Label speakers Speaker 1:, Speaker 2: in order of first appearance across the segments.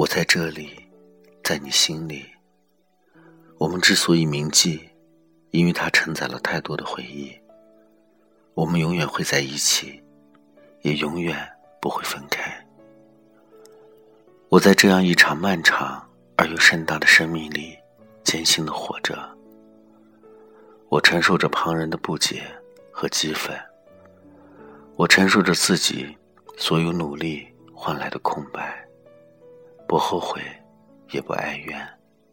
Speaker 1: 我在这里，在你心里。我们之所以铭记，因为它承载了太多的回忆。我们永远会在一起，也永远不会分开。我在这样一场漫长而又盛大的生命里艰辛地活着。我承受着旁人的不解和讥讽，我承受着自己所有努力换来的空白，不后悔也不哀怨。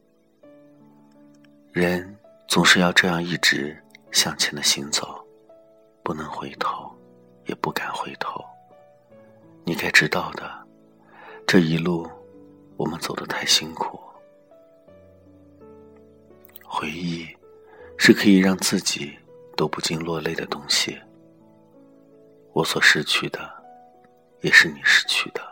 Speaker 1: 人总是要这样一直向前的行走，不能回头，也不敢回头。你该知道的，这一路我们走得太辛苦。回忆是可以让自己都不禁落泪的东西。我所失去的，也是你失去的。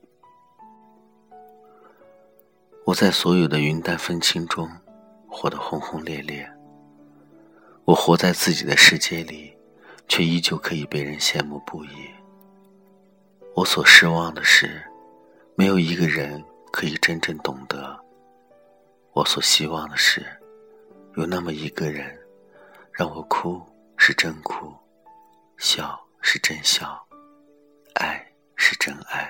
Speaker 1: 我在所有的云淡风轻中活得轰轰烈烈，我活在自己的世界里，却依旧可以被人羡慕不已。我所失望的是，没有一个人可以真正懂得。我所希望的是，有那么一个人，让我哭是真哭，笑是真笑，爱是真爱。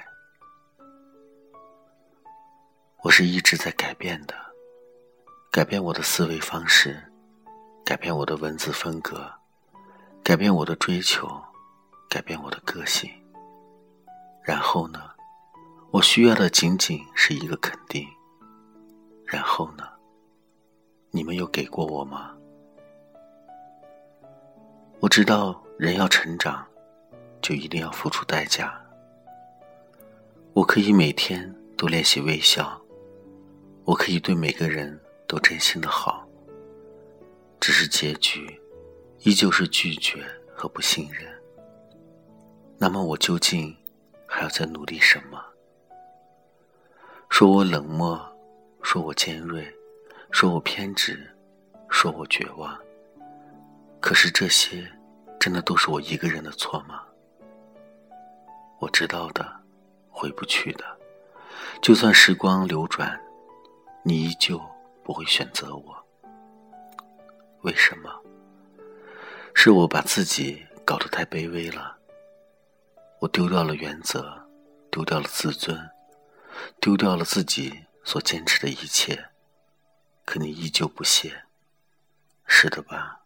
Speaker 1: 我是一直在改变的，改变我的思维方式，改变我的文字风格，改变我的追求，改变我的个性。然后呢，我需要的仅仅是一个肯定。然后呢，你们有给过我吗？我知道人要成长，就一定要付出代价。我可以每天都练习微笑，我可以对每个人都真心的好，只是结局依旧是拒绝和不信任。那么我究竟还要再努力什么？说我冷漠，说我尖锐，说我偏执，说我绝望。可是这些真的都是我一个人的错吗？我知道的，回不去的。就算时光流转，你依旧不会选择我。为什么？是我把自己搞得太卑微了。我丢掉了原则，丢掉了自尊，丢掉了自己所坚持的一切。可你依旧不屑，是的吧？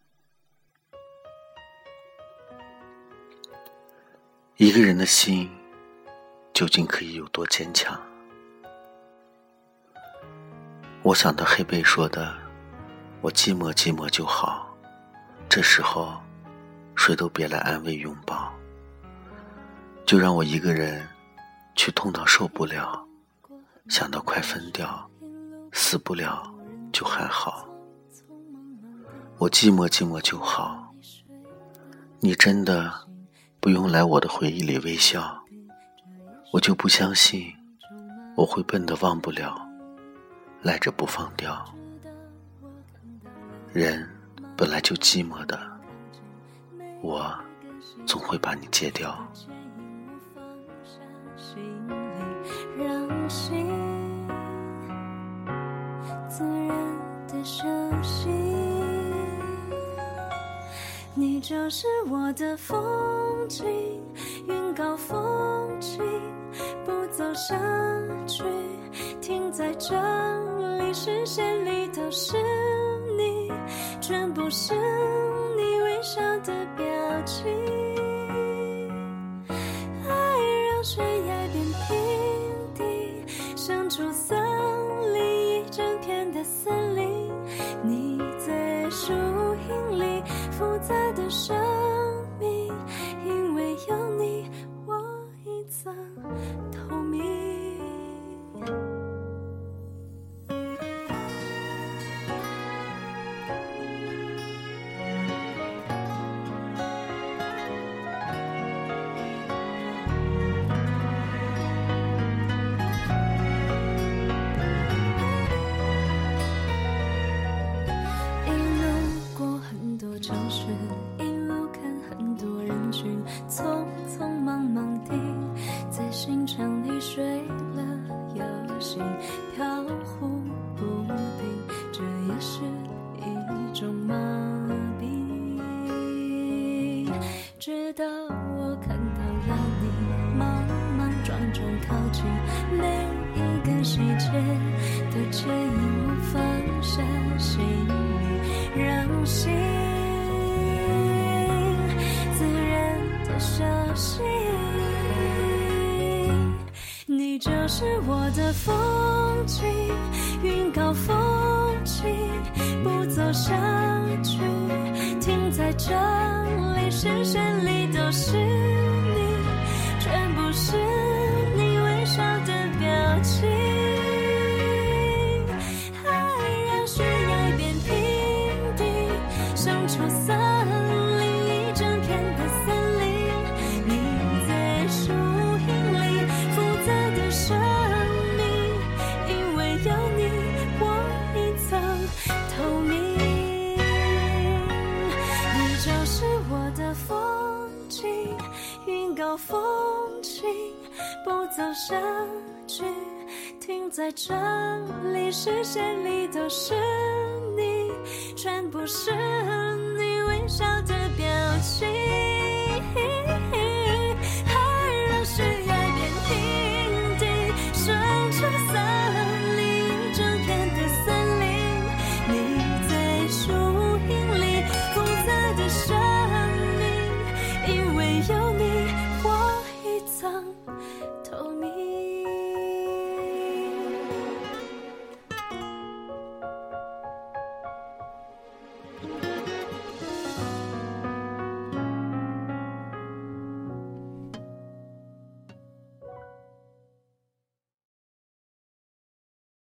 Speaker 1: 一个人的心究竟可以有多坚强？我想到黑贝说的，我寂寞寂寞就好，这时候谁都别来安慰拥抱，就让我一个人去痛到受不了，想到快分掉，死不了就还好。我寂寞寂寞就好，你真的不用来我的回忆里微笑，我就不相信我会笨得忘不了，赖着不放掉。人本来就寂寞的，我总会把你戒掉。
Speaker 2: 让心自然的休息，你就是我的风景，云高风轻，不走下去，停在这里，视线里都是你，全部是你微笑的表情。爱让悬崖变平地，生出森林，一整片的森林，你在树荫里复杂的生命，因为有你我一层透明。 心飘忽不定，这也是一种麻痹。直到我看到了你莽莽撞撞靠近，每一个细节都牵引我放下心里，让心自然的小心。你就是我的风景，云高风轻，不走下去，停在这里，视线里都是你，全部是你微笑的表情。爱让悬崖变平地，生出森林，一整片的森林。你在树荫里复杂的生命，因为有你，我一层透明。你就是我的风景，云高风轻，不走下去，停在这里，视线里都是你，全部是你微笑的